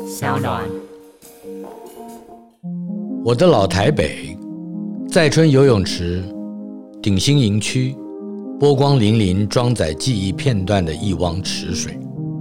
小暖。 我的老台北，在春游泳池，鼎新营区，波光粼粼装载记忆片段的一汪池水。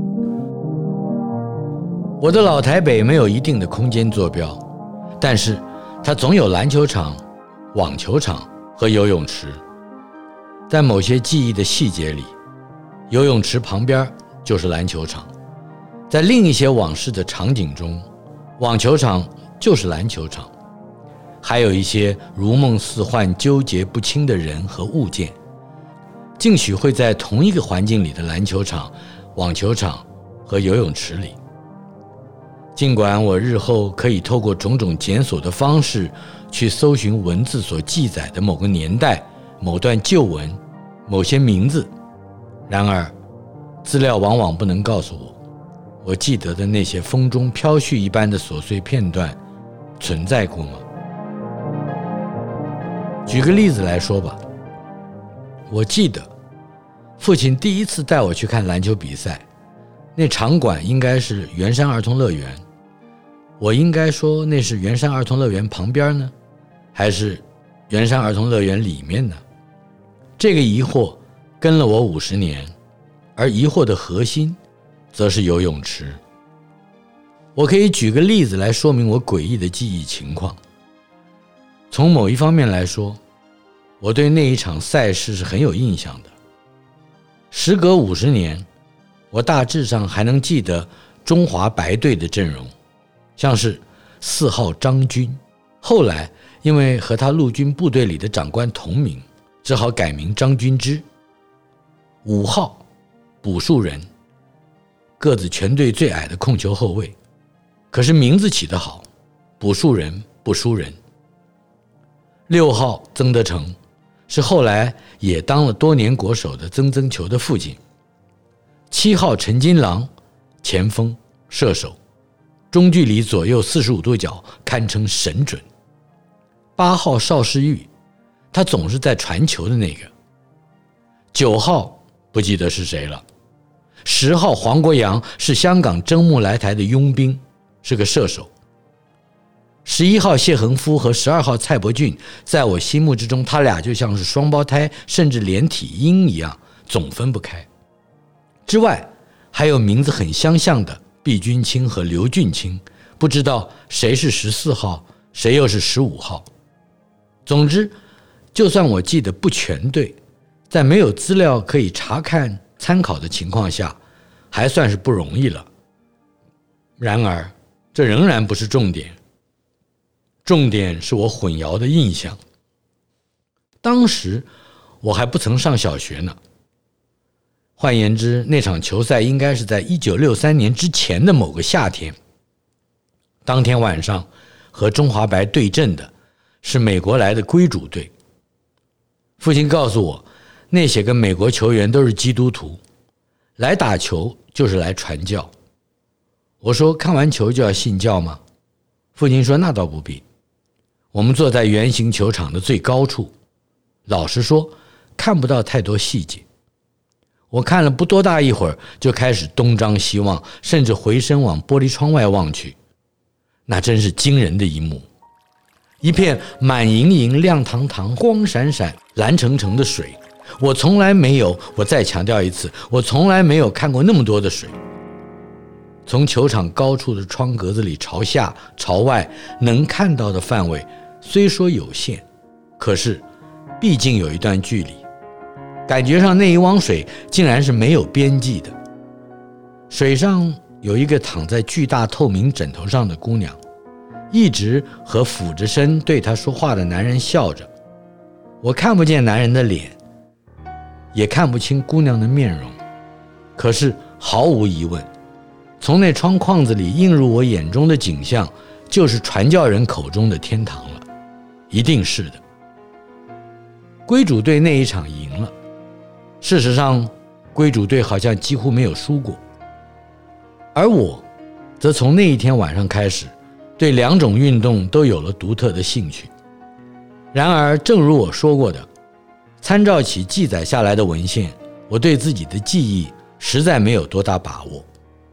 我的老台北没有一定的空间坐标，但是它总有篮球场、网球场和游泳池。在某些记忆的细节里，游泳池旁边就是篮球场，在另一些往事的场景中，网球场就是篮球场，还有一些如梦似幻、纠结不清的人和物件，竟许会在同一个环境里的篮球场、网球场和游泳池里。尽管我日后可以透过种种检索的方式去搜寻文字所记载的某个年代、某段旧文、某些名字，然而资料往往不能告诉我记得的那些风中飘絮一般的琐碎片段存在过吗？举个例子来说吧，我记得父亲第一次带我去看篮球比赛，那场馆应该是圆山儿童乐园。我应该说那是圆山儿童乐园旁边呢，还是圆山儿童乐园里面呢？这个疑惑跟了我50年，而疑惑的核心则是游泳池。我可以举个例子来说明我诡异的记忆情况。从某一方面来说，我对那一场赛事是很有印象的。时隔50年，我大致上还能记得中华白队的阵容，像是4号张军，后来因为和他陆军部队里的长官同名，只好改名张君之。5号卜树人，个子全队最矮的控球后卫，可是名字起得好，卜树人不输人。6号曾德成，是后来也当了多年国手的曾曾球的父亲。7号陈金郎，前锋射手，中距离左右45度角堪称神准。8号邵世玉，他总是在传球的那个。9号不记得是谁了。10号黄国阳是香港征募来台的佣兵，是个射手。11号谢恒夫和12号蔡伯俊，在我心目之中他俩就像是双胞胎，甚至连体婴一样，总分不开。之外还有名字很相像的毕君清和刘俊清，不知道谁是14号，谁又是15号。总之，就算我记得不全对，在没有资料可以查看参考的情况下，还算是不容易了。然而这仍然不是重点，重点是我混淆的印象。当时我还不曾上小学呢，换言之，那场球赛应该是在1963年之前的某个夏天。当天晚上和中华白对阵的是美国来的归主队。父亲告诉我，那些个美国球员都是基督徒，来打球就是来传教。我说看完球就要信教吗？父亲说那倒不必，我们坐在圆形球场的最高处，老实说看不到太多细节。我看了不多大一会儿，就开始东张西望，甚至回身往玻璃窗外望去。那真是惊人的一幕，一片满盈盈、亮堂堂、光闪闪、蓝澄澄的水。我从来没有，我再强调一次，我从来没有看过那么多的水。从球场高处的窗格子里朝下、朝外能看到的范围虽说有限，可是毕竟有一段距离。感觉上那一汪水竟然是没有边际的。水上有一个躺在巨大透明枕头上的姑娘，一直和俯着身对她说话的男人笑着。我看不见男人的脸，也看不清姑娘的面容，可是毫无疑问，从那窗框子里映入我眼中的景象，就是传教人口中的天堂了，一定是的。归主队那一场赢了，事实上归主队好像几乎没有输过，而我则从那一天晚上开始对两种运动都有了独特的兴趣。然而正如我说过的，参照起记载下来的文献，我对自己的记忆实在没有多大把握。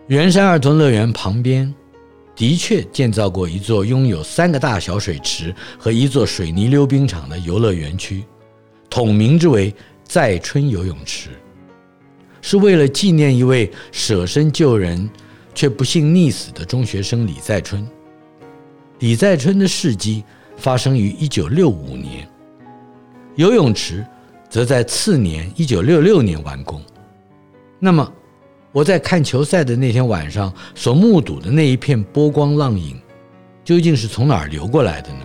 圆山儿童乐园旁边的确建造过一座拥有3个大小水池和一座水泥溜冰场的游乐园区，统名之为在春游泳池，是为了纪念一位舍身救人却不幸溺死的中学生李在春。李在春的事迹发生于1965年，游泳池则在次年1966年完工。那么我在看球赛的那天晚上所目睹的那一片波光浪影，究竟是从哪儿流过来的呢？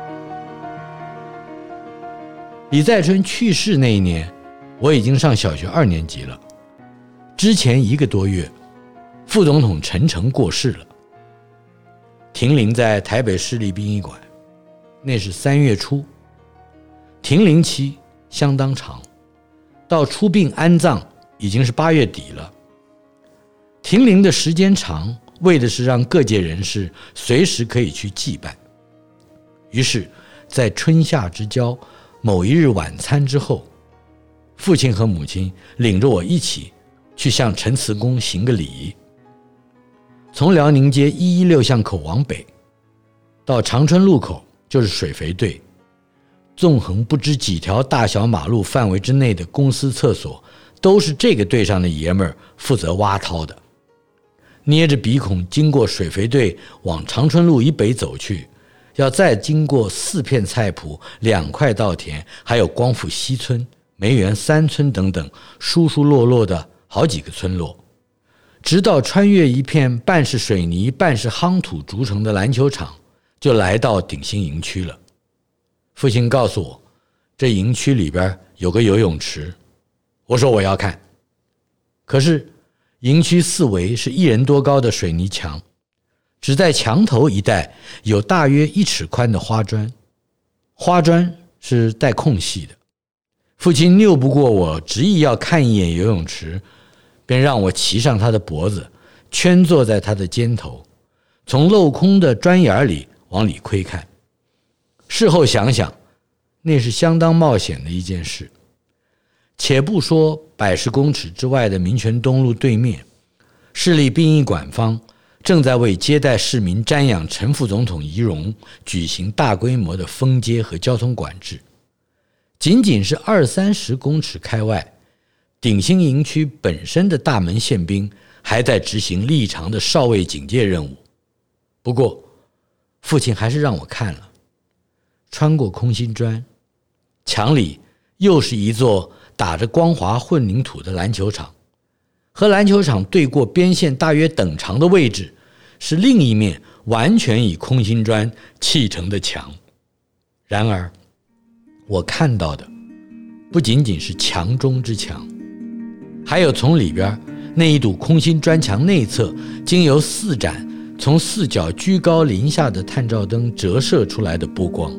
李在春去世那一年，我已经上小学2年级了。之前1个多月，副总统陈诚过世了，停灵在台北市立殡仪馆，那是3月初，停灵期相当长，到出殡安葬已经是8月底了。停灵的时间长，为的是让各界人士随时可以去祭拜。于是在春夏之交某一日晚餐之后，父亲和母亲领着我一起去向陈慈公行个礼。从辽宁街116巷口往北，到长春路口就是水肥队，纵横不知几条大小马路范围之内的公司厕所，都是这个队上的爷们儿负责挖掏的。捏着鼻孔经过水肥队往长春路以北走去，要再经过4片菜圃、2块稻田，还有光复西村、梅园3村等等疏疏落落的好几个村落，直到穿越一片半是水泥半是夯土筑成的篮球场，就来到鼎新营区了。父亲告诉我，这营区里边有个游泳池，我说我要看。可是营区四围是1人多高的水泥墙，只在墙头一带有大约1尺宽的花砖，花砖是带空隙的。父亲拗不过我执意要看一眼游泳池，便让我骑上他的脖子，圈坐在他的肩头，从镂空的砖眼里往里窥看。事后想想，那是相当冒险的一件事。且不说100公尺之外的民权东路对面，市立殡仪馆方正在为接待市民瞻仰陈副总统遗容举行大规模的封街和交通管制。仅仅是20-30公尺开外，鼎新营区本身的大门宪兵还在执行立场的哨位警戒任务。不过父亲还是让我看了，穿过空心砖，墙里又是一座打着光滑混凝土的篮球场，和篮球场对过边线大约等长的位置，是另一面完全以空心砖砌成的墙。然而我看到的不仅仅是墙中之墙，还有从里边那一堵空心砖墙内侧经由4盏从4角居高临下的探照灯折射出来的波光。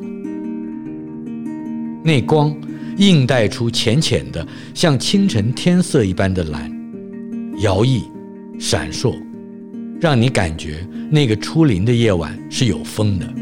那光映带出浅浅的像清晨天色一般的蓝，摇曳闪烁，让你感觉那个初临的夜晚是有风的。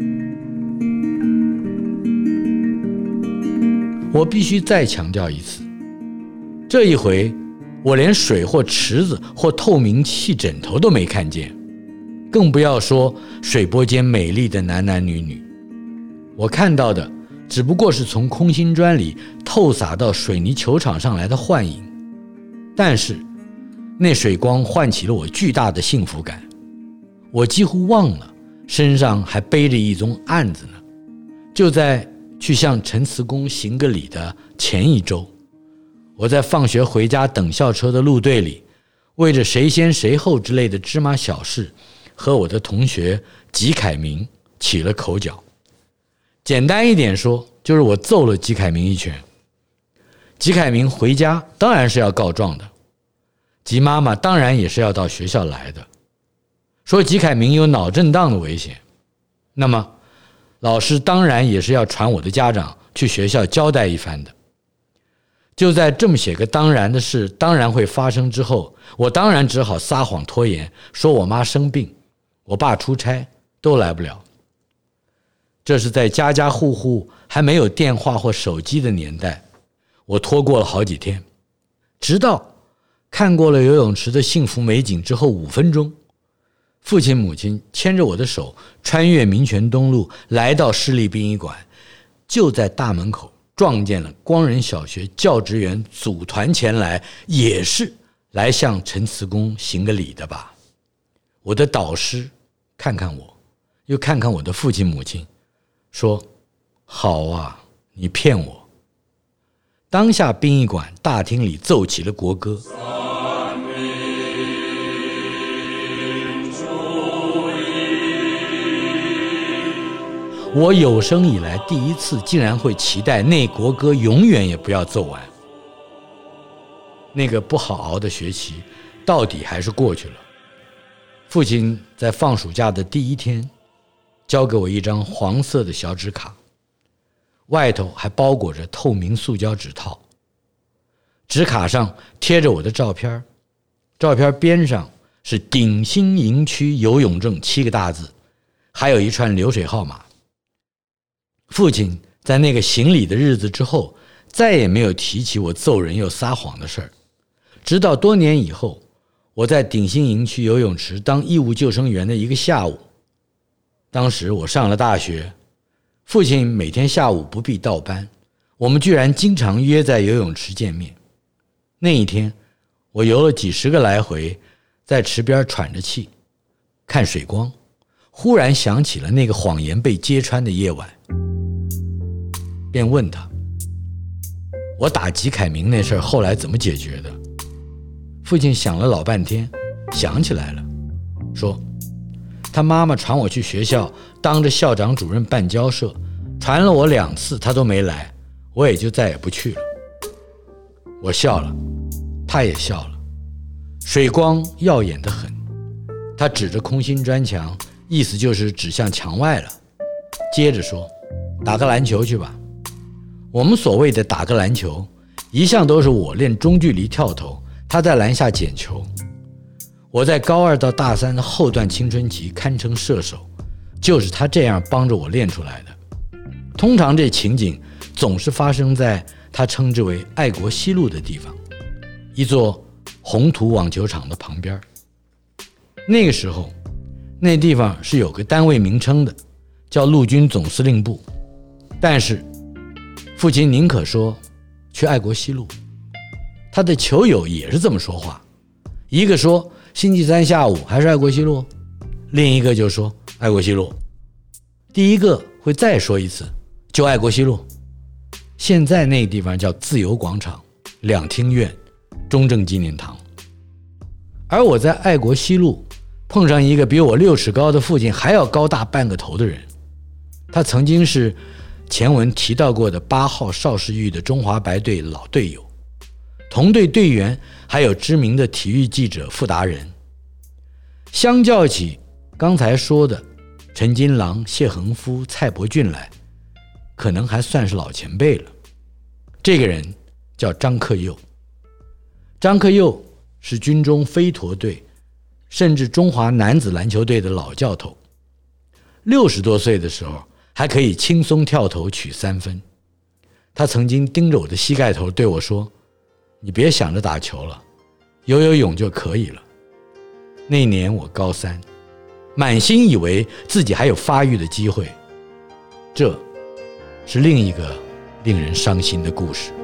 我必须再强调一次，这一回我连水或池子或透明气枕头都没看见，更不要说水波间美丽的男男女女。我看到的只不过是从空心砖里透洒到水泥球场上来的幻影，但是那水光唤起了我巨大的幸福感，我几乎忘了身上还背着一宗案子呢。就在去向陈慈公行个礼的前一周，我在放学回家等校车的路队里，为着谁先谁后之类的芝麻小事，和我的同学吉凯明起了口角。简单一点说，就是我揍了吉凯明一拳。吉凯明回家当然是要告状的，吉妈妈当然也是要到学校来的，说吉凯明有脑震荡的危险。那么老师当然也是要传我的家长去学校交代一番的。就在这么些个当然的事当然会发生之后，我当然只好撒谎拖延，说我妈生病，我爸出差，都来不了。这是在家家户户还没有电话或手机的年代，我拖过了好几天，直到看过了游泳池的幸福美景之后5分钟，父亲母亲牵着我的手穿越民权东路来到市立殡仪馆，就在大门口撞见了光仁小学教职员组团前来，也是来向陈慈公行个礼的吧。我的导师看看我，又看看我的父亲母亲，说：好啊，你骗我。当下殡仪馆大厅里奏起了国歌，我有生以来第一次竟然会期待那国歌永远也不要奏完。那个不好熬的学期到底还是过去了。父亲在放暑假的第1天交给我一张黄色的小纸卡，外头还包裹着透明塑胶纸套，纸卡上贴着我的照片，照片边上是鼎新营区游泳证7个大字，还有一串流水号码。父亲在那个行礼的日子之后再也没有提起我揍人又撒谎的事儿，直到多年以后，我在鼎新营区游泳池当义务救生员的一个下午。当时我上了大学，父亲每天下午不必到班，我们居然经常约在游泳池见面。那一天我游了几10个来回，在池边喘着气看水光，忽然想起了那个谎言被揭穿的夜晚，便问他，我打吉凯明那事儿后来怎么解决的？父亲想了老半天，想起来了，说他妈妈传我去学校当着校长主任办交涉，传了我2次他都没来，我也就再也不去了。我笑了，他也笑了，水光耀眼得很。他指着空心砖墙，意思就是指向墙外了，接着说，打个篮球去吧。我们所谓的打个篮球，一向都是我练中距离跳投，他在篮下捡球。我在高2到大3的后段青春期堪称射手，就是他这样帮着我练出来的。通常这情景总是发生在他称之为爱国西路的地方，一座红土网球场的旁边。那个时候那地方是有个单位名称的，叫陆军总司令部，但是父亲宁可说去爱国西路。他的球友也是这么说话，一个说星期3下午还是爱国西路，另一个就说爱国西路，第一个会再说一次，就爱国西路。现在那个地方叫自由广场、两厅院、中正纪念堂。而我在爱国西路碰上一个比我6尺高的父亲还要高大半个头的人，他曾经是前文提到过的8号邵氏玉的中华白队老队友，同队队员还有知名的体育记者傅达人。相较起刚才说的陈金郎、谢恒夫、蔡伯俊来，可能还算是老前辈了。这个人叫张克佑，张克佑是军中飞驼队甚至中华男子篮球队的老教头，60多岁的时候还可以轻松跳投取3分。他曾经盯着我的膝盖头对我说，你别想着打球了，游游泳就可以了。那年我高3，满心以为自己还有发育的机会，这是另一个令人伤心的故事。